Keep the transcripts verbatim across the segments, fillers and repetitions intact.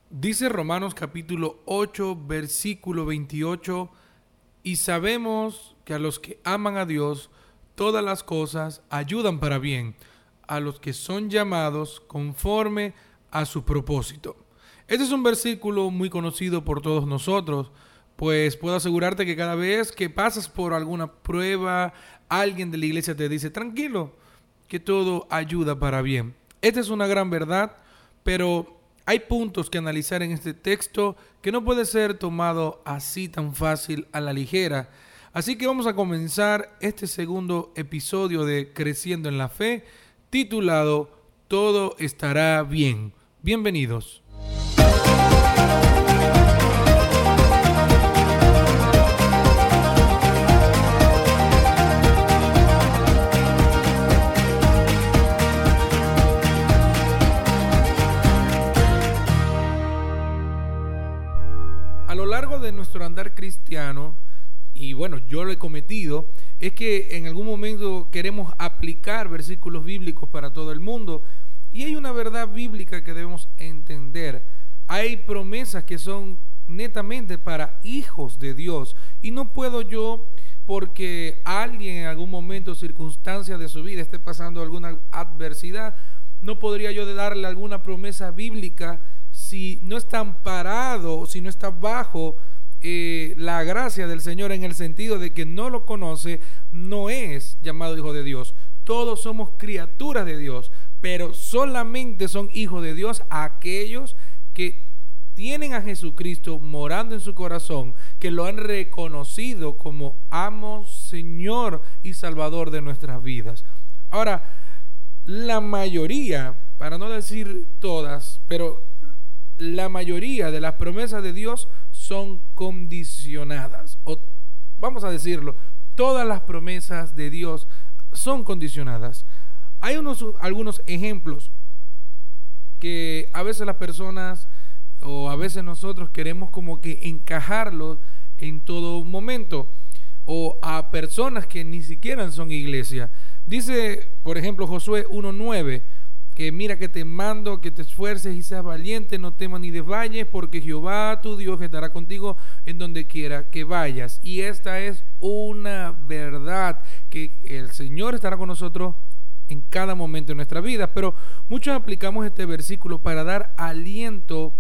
Dice Romanos capítulo ocho, versículo veintiocho, y sabemos que a los que aman a Dios, todas las cosas ayudan para bien, a los que son llamados conforme a su propósito. Este es un versículo muy conocido por todos nosotros, pues puedo asegurarte que cada vez que pasas por alguna prueba, alguien de la iglesia te dice, tranquilo, que todo ayuda para bien. Esta es una gran verdad, pero hay puntos que analizar en este texto que no puede ser tomado así tan fácil a la ligera. Así que vamos a comenzar este segundo episodio de Creciendo en la Fe, titulado Todo estará bien. Bienvenidos. A lo largo de nuestro andar cristiano, y bueno, yo lo he cometido, es que en algún momento queremos aplicar versículos bíblicos para todo el mundo, y hay una verdad bíblica que debemos entender. Hay promesas que son netamente para hijos de Dios, y no puedo yo, porque alguien en algún momento o circunstancia de su vida esté pasando alguna adversidad, no podría yo darle alguna promesa bíblica si no está amparado, si no está bajo eh, la gracia del Señor, en el sentido de que no lo conoce, no es llamado hijo de Dios. Todos somos criaturas de Dios, pero solamente son hijos de Dios aquellos que tienen a Jesucristo morando en su corazón, que lo han reconocido como amo, Señor y Salvador de nuestras vidas. Ahora, la mayoría, para no decir todas, pero la mayoría de las promesas de Dios son condicionadas, o vamos a decirlo, todas las promesas de Dios son condicionadas. Hay unos, algunos ejemplos que a veces las personas o a veces nosotros queremos como que encajarlos en todo momento, o a personas que ni siquiera son iglesia. Dice, por ejemplo, Josué uno nueve, que mira que te mando que te esfuerces y seas valiente, no temas ni desmayes, porque Jehová tu Dios estará contigo en donde quiera que vayas. Y esta es una verdad, que el Señor estará con nosotros en cada momento de nuestra vida. Pero muchos aplicamos este versículo para dar aliento,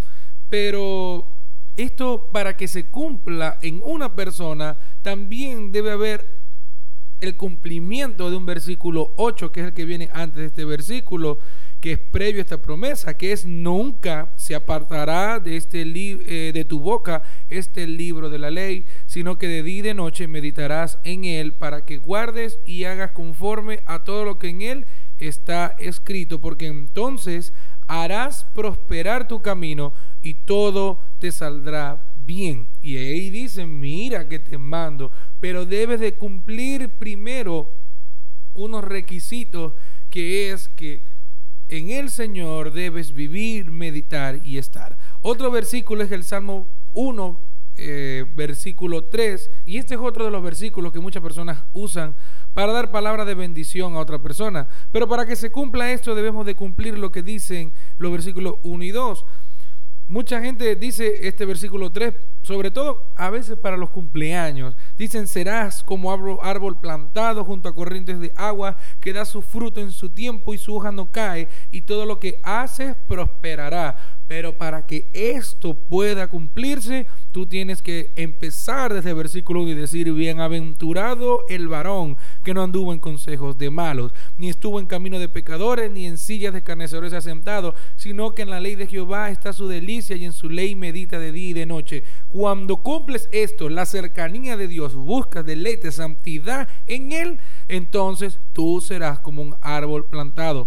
pero esto, para que se cumpla en una persona, también debe haber el cumplimiento de un versículo ocho, que es el que viene antes de este versículo, que es previo a esta promesa, que es: nunca se apartará de este li- eh, de tu boca este libro de la ley, sino que de día y de noche meditarás en él, para que guardes y hagas conforme a todo lo que en él está escrito, porque entonces harás prosperar tu camino y todo te saldrá bien. Y ahí dice, mira que te mando, pero debes de cumplir primero unos requisitos, que es que en el Señor debes vivir, meditar y estar. Otro versículo es el Salmo uno, eh, versículo tres, y este es otro de los versículos que muchas personas usan para dar palabra de bendición a otra persona. Pero para que se cumpla esto, debemos de cumplir lo que dicen los versículos uno y dos. Mucha gente dice este versículo tres, sobre todo a veces para los cumpleaños. Dicen, serás como árbol, árbol plantado junto a corrientes de agua, que da su fruto en su tiempo y su hoja no cae, y todo lo que haces prosperará. Pero para que esto pueda cumplirse, tú tienes que empezar desde el versículo uno y decir, bienaventurado el varón que no anduvo en consejos de malos, ni estuvo en camino de pecadores, ni en sillas de escarnecedores sentado, sino que en la ley de Jehová está su delicia, y en su ley medita de día y de noche. Cuando cumples esto, la cercanía de Dios, buscas deleite, santidad en él, entonces tú serás como un árbol plantado.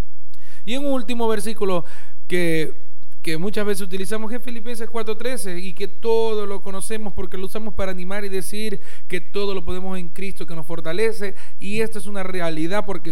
Y en un último versículo que que muchas veces utilizamos, es Filipenses cuatro trece, y que todo lo conocemos porque lo usamos para animar y decir que todo lo podemos en Cristo que nos fortalece, y esto es una realidad porque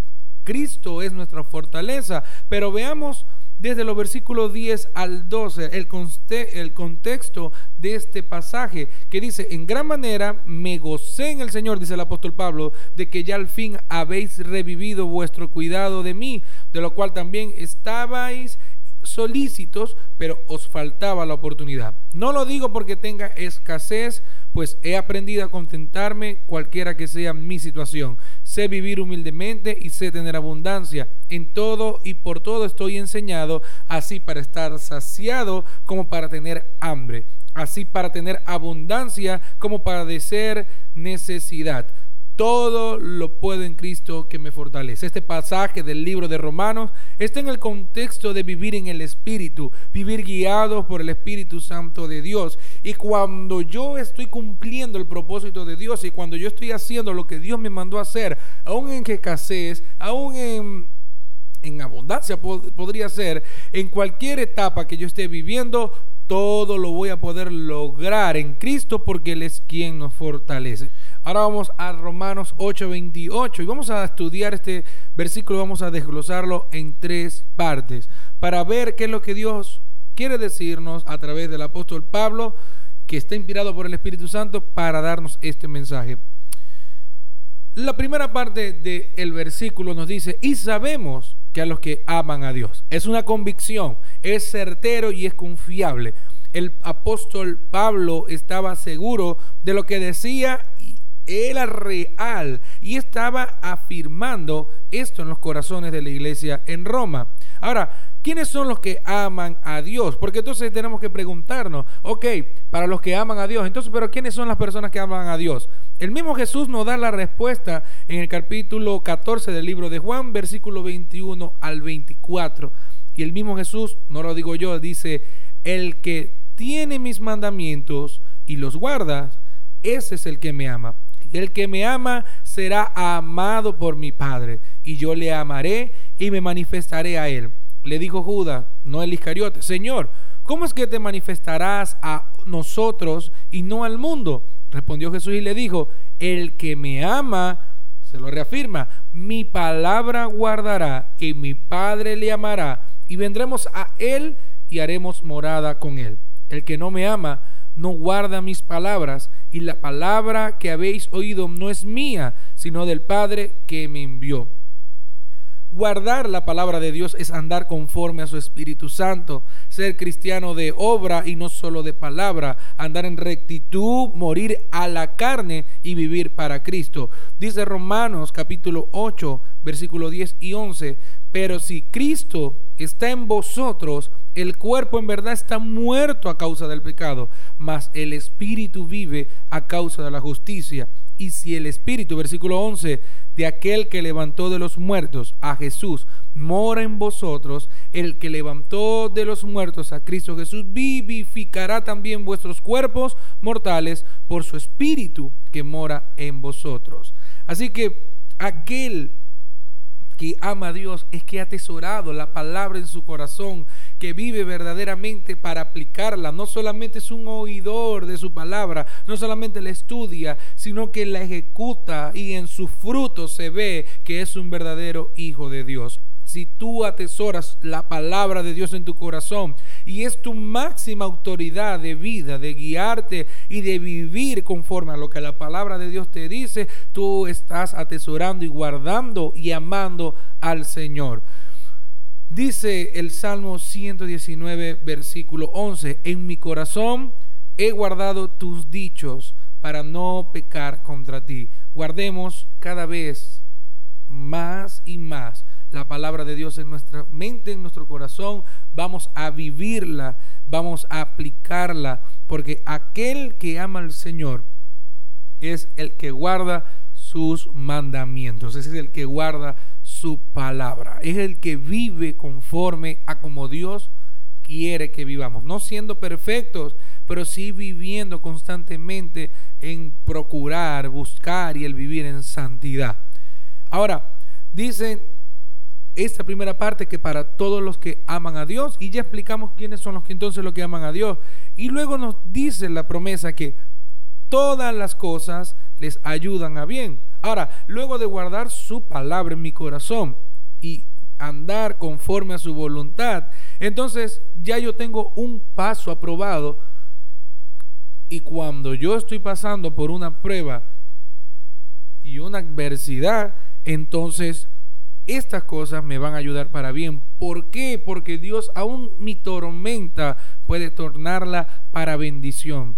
Cristo es nuestra fortaleza. Pero veamos desde los versículos diez al doce el, conste- el contexto de este pasaje, que dice, en gran manera me gocé en el Señor, dice el apóstol Pablo, de que ya al fin habéis revivido vuestro cuidado de mí, de lo cual también estabais solícitos, pero os faltaba la oportunidad. No lo digo porque tenga escasez, pues he aprendido a contentarme cualquiera que sea mi situación. Sé vivir humildemente y sé tener abundancia. En todo y por todo estoy enseñado, así para estar saciado como para tener hambre, así para tener abundancia como para padecer necesidad. Todo lo puedo en Cristo que me fortalece. Este pasaje del libro de Romanos está en el contexto de vivir en el Espíritu, vivir guiados por el Espíritu Santo de Dios. Y cuando yo estoy cumpliendo el propósito de Dios y cuando yo estoy haciendo lo que Dios me mandó a hacer, aún en escasez, aún en, en abundancia pod- podría ser, en cualquier etapa que yo esté viviendo, todo lo voy a poder lograr en Cristo porque Él es quien nos fortalece. Ahora vamos a Romanos ocho veintiocho y vamos a estudiar este versículo, vamos a desglosarlo en tres partes para ver qué es lo que Dios quiere decirnos a través del apóstol Pablo, que está inspirado por el Espíritu Santo para darnos este mensaje. La primera parte del versículo nos dice: y sabemos que a los que aman a Dios. Es una convicción, es certero y es confiable. El apóstol Pablo estaba seguro de lo que decía, era real, y estaba afirmando esto en los corazones de la iglesia en Roma. Ahora, ¿quiénes son los que aman a Dios? Porque entonces tenemos que preguntarnos, ok, para los que aman a Dios, entonces, pero ¿quiénes son las personas que aman a Dios? El mismo Jesús nos da la respuesta en el capítulo catorce del libro de Juan, versículo veintiuno al veinticuatro. Y el mismo Jesús, no lo digo yo, dice: el que tiene mis mandamientos y los guarda, ese es el que me ama. Y el que me ama será amado por mi Padre, y yo le amaré y me manifestaré a él. Le dijo Judas, no el Iscariote: Señor, ¿cómo es que te manifestarás a nosotros y no al mundo? Respondió Jesús y le dijo: el que me ama, se lo reafirma, mi palabra guardará, y mi Padre le amará, y vendremos a él y haremos morada con él. El que no me ama no guarda mis palabras, y la palabra que habéis oído no es mía, sino del Padre que me envió. Guardar la palabra de Dios es andar conforme a su Espíritu Santo, ser cristiano de obra y no solo de palabra, andar en rectitud, morir a la carne y vivir para Cristo. Dice Romanos capítulo ocho, versículo diez y once: pero si Cristo está en vosotros, el cuerpo en verdad está muerto a causa del pecado, mas el Espíritu vive a causa de la justicia. Y si el Espíritu, versículo once, de aquel que levantó de los muertos a Jesús mora en vosotros, el que levantó de los muertos a Cristo Jesús vivificará también vuestros cuerpos mortales por su Espíritu que mora en vosotros. Así que aquel que ama a Dios es que ha atesorado la palabra en su corazón, que vive verdaderamente para aplicarla. No solamente es un oidor de su palabra, no solamente la estudia, sino que la ejecuta, y en su fruto se ve que es un verdadero hijo de Dios. Si tú atesoras la palabra de Dios en tu corazón y es tu máxima autoridad de vida, de guiarte y de vivir conforme a lo que la palabra de Dios te dice, tú estás atesorando y guardando y amando al Señor. Dice el Salmo ciento diecinueve, versículo once: en mi corazón he guardado tus dichos para no pecar contra ti. Guardemos cada vez más y más la palabra de Dios en nuestra mente, en nuestro corazón. Vamos a vivirla, vamos a aplicarla, porque aquel que ama al Señor es el que guarda sus mandamientos, es el que guarda su palabra, es el que vive conforme a como Dios quiere que vivamos, no siendo perfectos, pero sí viviendo constantemente en procurar, buscar y el vivir en santidad. Ahora, dicen esta primera parte que para todos los que aman a Dios, y ya explicamos quiénes son los que entonces los que aman a Dios, y luego nos dice la promesa que todas las cosas les ayudan a bien. Ahora, luego de guardar su palabra en mi corazón y andar conforme a su voluntad, entonces ya yo tengo un paso aprobado, y cuando yo estoy pasando por una prueba y una adversidad, entonces estas cosas me van a ayudar para bien. ¿Por qué? Porque Dios aún mi tormenta puede tornarla para bendición.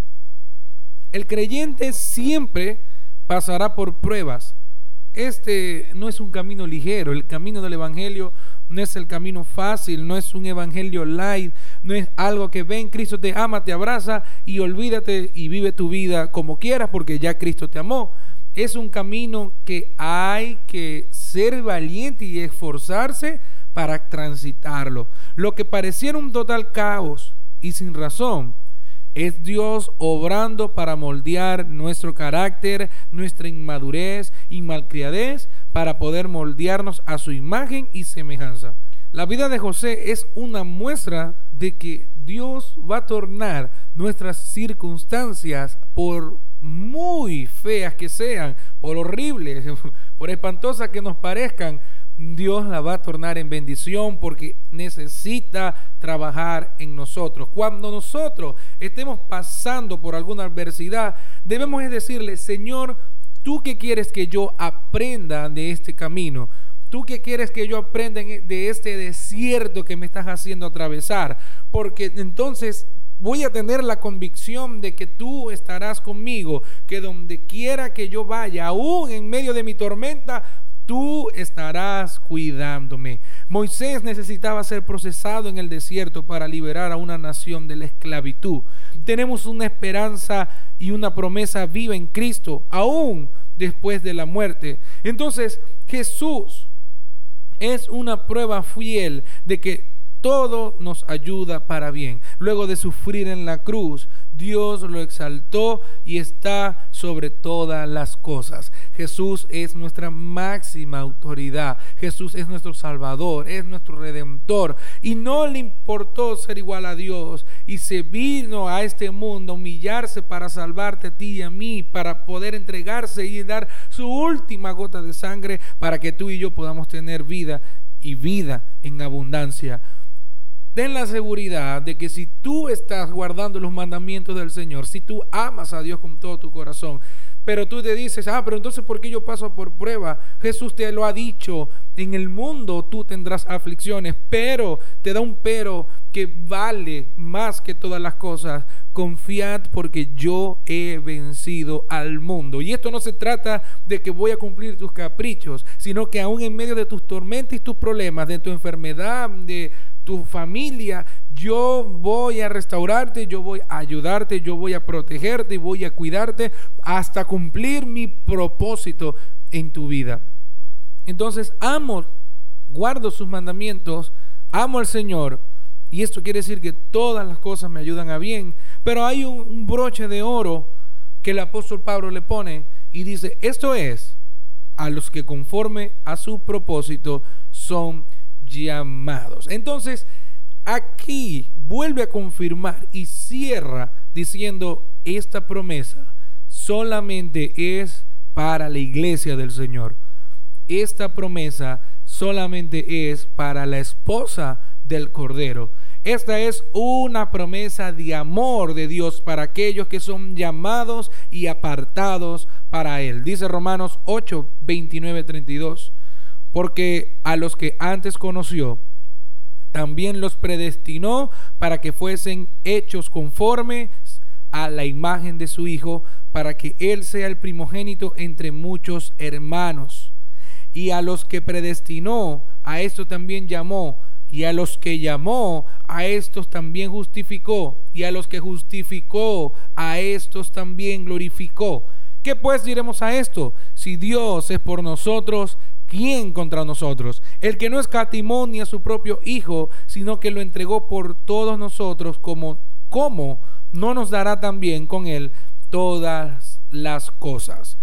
El creyente siempre pasará por pruebas. Este no es un camino ligero. El camino del evangelio no es el camino fácil, no es un evangelio light, no es algo que ven, Cristo te ama, te abraza y olvídate y vive tu vida como quieras porque ya Cristo te amó. Es un camino que hay que ser valiente y esforzarse para transitarlo. Lo que pareciera un total caos y sin razón, es Dios obrando para moldear nuestro carácter, nuestra inmadurez y malcriadez, para poder moldearnos a su imagen y semejanza. La vida de José es una muestra de que Dios va a tornar nuestras circunstancias, por muy feas que sean, por horribles, por espantosas que nos parezcan, Dios la va a tornar en bendición porque necesita trabajar en nosotros. Cuando nosotros estemos pasando por alguna adversidad, debemos decirle: Señor, ¿tú qué quieres que yo aprenda de este camino? ¿Tú qué quieres que yo aprenda de este desierto que me estás haciendo atravesar? Porque entonces voy a tener la convicción de que tú estarás conmigo, que donde quiera que yo vaya, aún en medio de mi tormenta, tú estarás cuidándome. Moisés necesitaba ser procesado en el desierto para liberar a una nación de la esclavitud. Tenemos una esperanza y una promesa viva en Cristo, aún después de la muerte. Entonces, Jesús es una prueba fiel de que todo nos ayuda para bien. Luego de sufrir en la cruz, Dios lo exaltó y está sobre todas las cosas. Jesús es nuestra máxima autoridad. Jesús es nuestro Salvador, es nuestro Redentor. Y no le importó ser igual a Dios y se vino a este mundo a humillarse para salvarte a ti y a mí, para poder entregarse y dar su última gota de sangre para que tú y yo podamos tener vida y vida en abundancia. Ten la seguridad de que si tú estás guardando los mandamientos del Señor, si tú amas a Dios con todo tu corazón, pero tú te dices: ah, pero entonces ¿por qué yo paso por prueba? Jesús te lo ha dicho: en el mundo tú tendrás aflicciones, pero te da un pero que vale más que todas las cosas: confiad porque yo he vencido al mundo. Y esto no se trata de que voy a cumplir tus caprichos, sino que aún en medio de tus tormentas y tus problemas, de tu enfermedad, de tu familia, yo voy a restaurarte, yo voy a ayudarte, yo voy a protegerte y voy a cuidarte hasta cumplir mi propósito en tu vida. Entonces amo, guardo sus mandamientos, amo al Señor, y esto quiere decir que todas las cosas me ayudan a bien. Pero hay un, un broche de oro que el apóstol Pablo le pone y dice: esto es a los que conforme a su propósito son llamados. Entonces aquí vuelve a confirmar y cierra diciendo: esta promesa solamente es para la iglesia del Señor. Esta promesa solamente es para la esposa del Cordero. Esta es una promesa de amor de Dios para aquellos que son llamados y apartados para Él. Dice Romanos ocho, veintinueve, treinta y dos: porque a los que antes conoció, también los predestinó para que fuesen hechos conformes a la imagen de su Hijo, para que Él sea el primogénito entre muchos hermanos. Y a los que predestinó, a estos también llamó. Y a los que llamó, a estos también justificó. Y a los que justificó, a estos también glorificó. ¿Qué pues diremos a esto? Si Dios es por nosotros, ¿quién contra nosotros? El que no escatimó ni a su propio Hijo, sino que lo entregó por todos nosotros, como, ¿cómo no nos dará también con Él todas las cosas?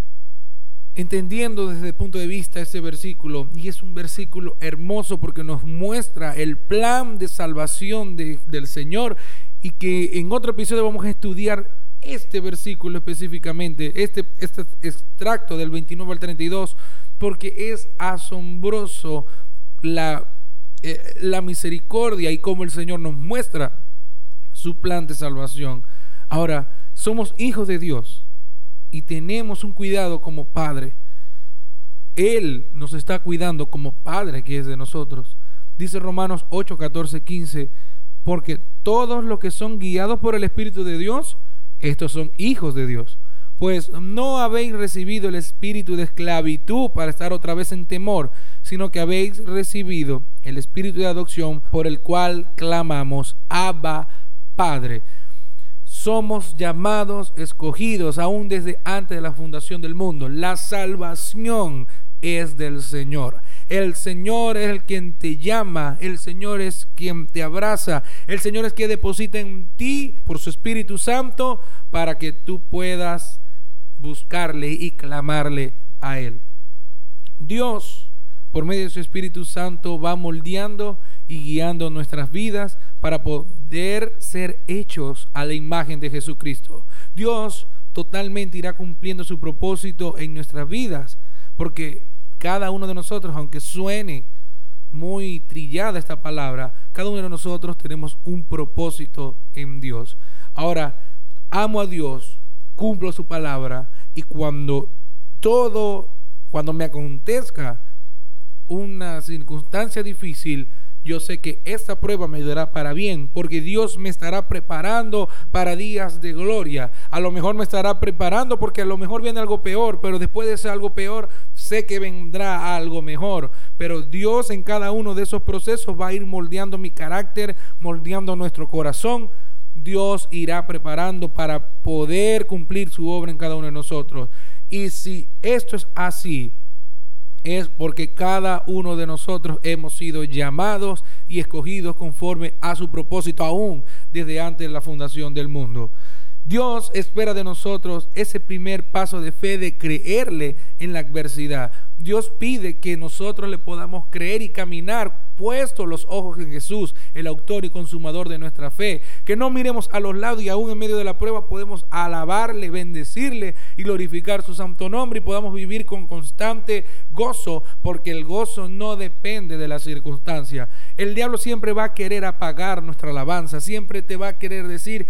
Entendiendo desde el punto de vista este versículo, y es un versículo hermoso porque nos muestra el plan de salvación de, del Señor, y que en otro episodio vamos a estudiar este versículo específicamente, este, este extracto del veintinueve al treinta y dos, porque es asombroso la, eh, la misericordia y cómo el Señor nos muestra su plan de salvación. Ahora, somos hijos de Dios y tenemos un cuidado como padre. Él nos está cuidando como Padre que es de nosotros. Dice Romanos ocho, catorce, quince, porque todos los que son guiados por el Espíritu de Dios, estos son hijos de Dios. Pues no habéis recibido el espíritu de esclavitud para estar otra vez en temor, sino que habéis recibido el espíritu de adopción por el cual clamamos, Abba, Padre. Somos llamados, escogidos, aún desde antes de la fundación del mundo. La salvación es del Señor. El Señor es el quien te llama, el Señor es quien te abraza, el Señor es quien deposita en ti por su Espíritu Santo para que tú puedas buscarle y clamarle a Él. Dios, por medio de su Espíritu Santo, va moldeando y guiando nuestras vidas para poder ser hechos a la imagen de Jesucristo. Dios totalmente irá cumpliendo su propósito en nuestras vidas, porque cada uno de nosotros, aunque suene muy trillada esta palabra, cada uno de nosotros tenemos un propósito en Dios. Ahora, amo a Dios, cumplo su palabra, y cuando todo, cuando me acontezca una circunstancia difícil, yo sé que esta prueba me ayudará para bien, porque Dios me estará preparando para días de gloria. A lo mejor me estará preparando porque a lo mejor viene algo peor, pero después de ese algo peor, sé que vendrá algo mejor. Pero Dios en cada uno de esos procesos va a ir moldeando mi carácter, moldeando nuestro corazón. Dios irá preparando para poder cumplir su obra en cada uno de nosotros. Y si esto es así, es porque cada uno de nosotros hemos sido llamados y escogidos conforme a su propósito, aún desde antes de la fundación del mundo. Dios espera de nosotros ese primer paso de fe, de creerle en la adversidad. Dios pide que nosotros le podamos creer y caminar puestos los ojos en Jesús, el autor y consumador de nuestra fe. Que no miremos a los lados y aún en medio de la prueba podemos alabarle, bendecirle y glorificar su santo nombre, y podamos vivir con constante gozo, porque el gozo no depende de la circunstancia. El diablo siempre va a querer apagar nuestra alabanza, siempre te va a querer decir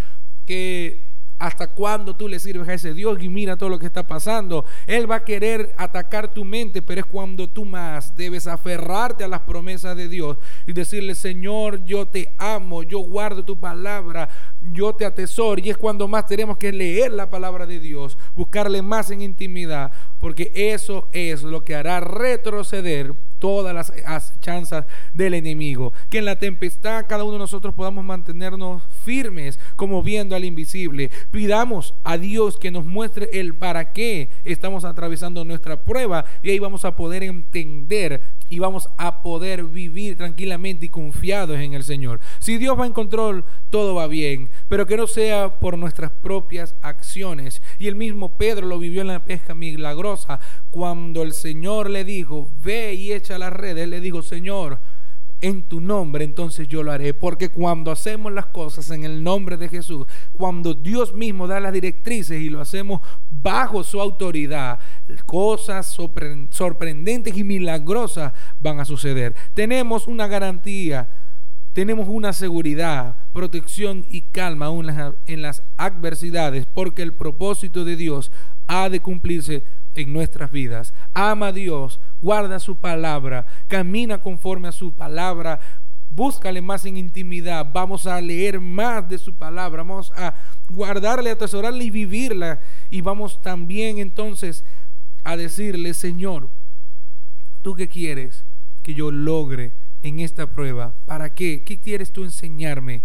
que hasta cuándo tú le sirves a ese Dios y mira todo lo que está pasando. Él va a querer atacar tu mente, pero es cuando tú más debes aferrarte a las promesas de Dios y decirle: Señor, yo te amo, yo guardo tu palabra, yo te atesoro. Y es cuando más tenemos que leer la palabra de Dios, buscarle más en intimidad, porque eso es lo que hará retroceder todas las acechanzas del enemigo. Que en la tempestad cada uno de nosotros podamos mantenernos firmes como viendo al invisible. Pidamos a Dios que nos muestre el para qué estamos atravesando nuestra prueba, y ahí vamos a poder entender y vamos a poder vivir tranquilamente y confiados en el Señor. Si Dios va en control, todo va bien, pero que no sea por nuestras propias acciones. Y el mismo Pedro lo vivió en la pesca milagrosa, cuando el Señor le dijo: ve y echa las redes. Él le dijo: Señor, en tu nombre entonces yo lo haré. Porque cuando hacemos las cosas en el nombre de Jesús, cuando Dios mismo da las directrices y lo hacemos bajo su autoridad, cosas sorprendentes y milagrosas van a suceder. Tenemos una garantía, tenemos una seguridad, protección y calma aún en las adversidades, porque el propósito de Dios ha de cumplirse en nuestras vidas. Ama a Dios, guarda su palabra, camina conforme a su palabra, búscale más en intimidad. Vamos a leer más de su palabra, vamos a guardarle, atesorarle y vivirla, y vamos también entonces a decirle: Señor, ¿tú qué quieres que yo logre en esta prueba? ¿Para qué? ¿Qué quieres tú enseñarme?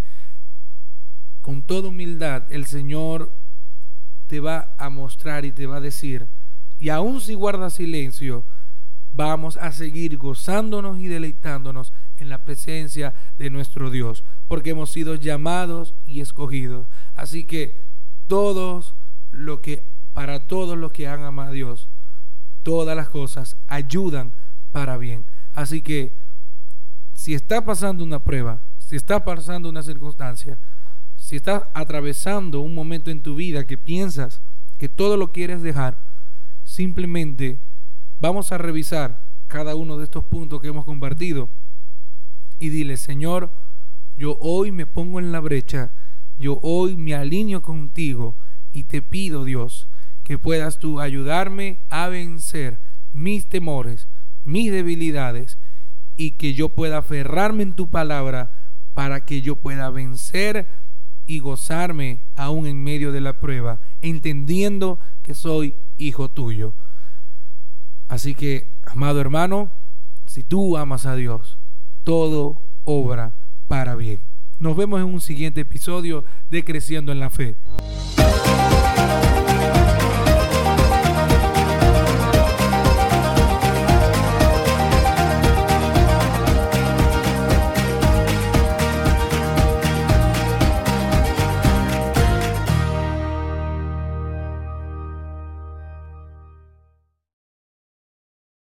Con toda humildad el Señor te va a mostrar y te va a decir, y aun si guardas silencio, vamos a seguir gozándonos y deleitándonos en la presencia de nuestro Dios, porque hemos sido llamados y escogidos. Así que todos lo que para todos los que aman a Dios, todas las cosas ayudan para bien. Así que si está pasando una prueba, si está pasando una circunstancia, si estás atravesando un momento en tu vida que piensas que todo lo quieres dejar, simplemente vamos a revisar cada uno de estos puntos que hemos compartido y dile: Señor, yo hoy me pongo en la brecha, yo hoy me alineo contigo y te pido, Dios, que puedas tú ayudarme a vencer mis temores, mis debilidades, y que yo pueda aferrarme en tu palabra para que yo pueda vencer y gozarme aún en medio de la prueba, entendiendo que soy hijo tuyo. Así que, amado hermano, si tú amas a Dios, todo obra para bien. Nos vemos en un siguiente episodio de Creciendo en la Fe.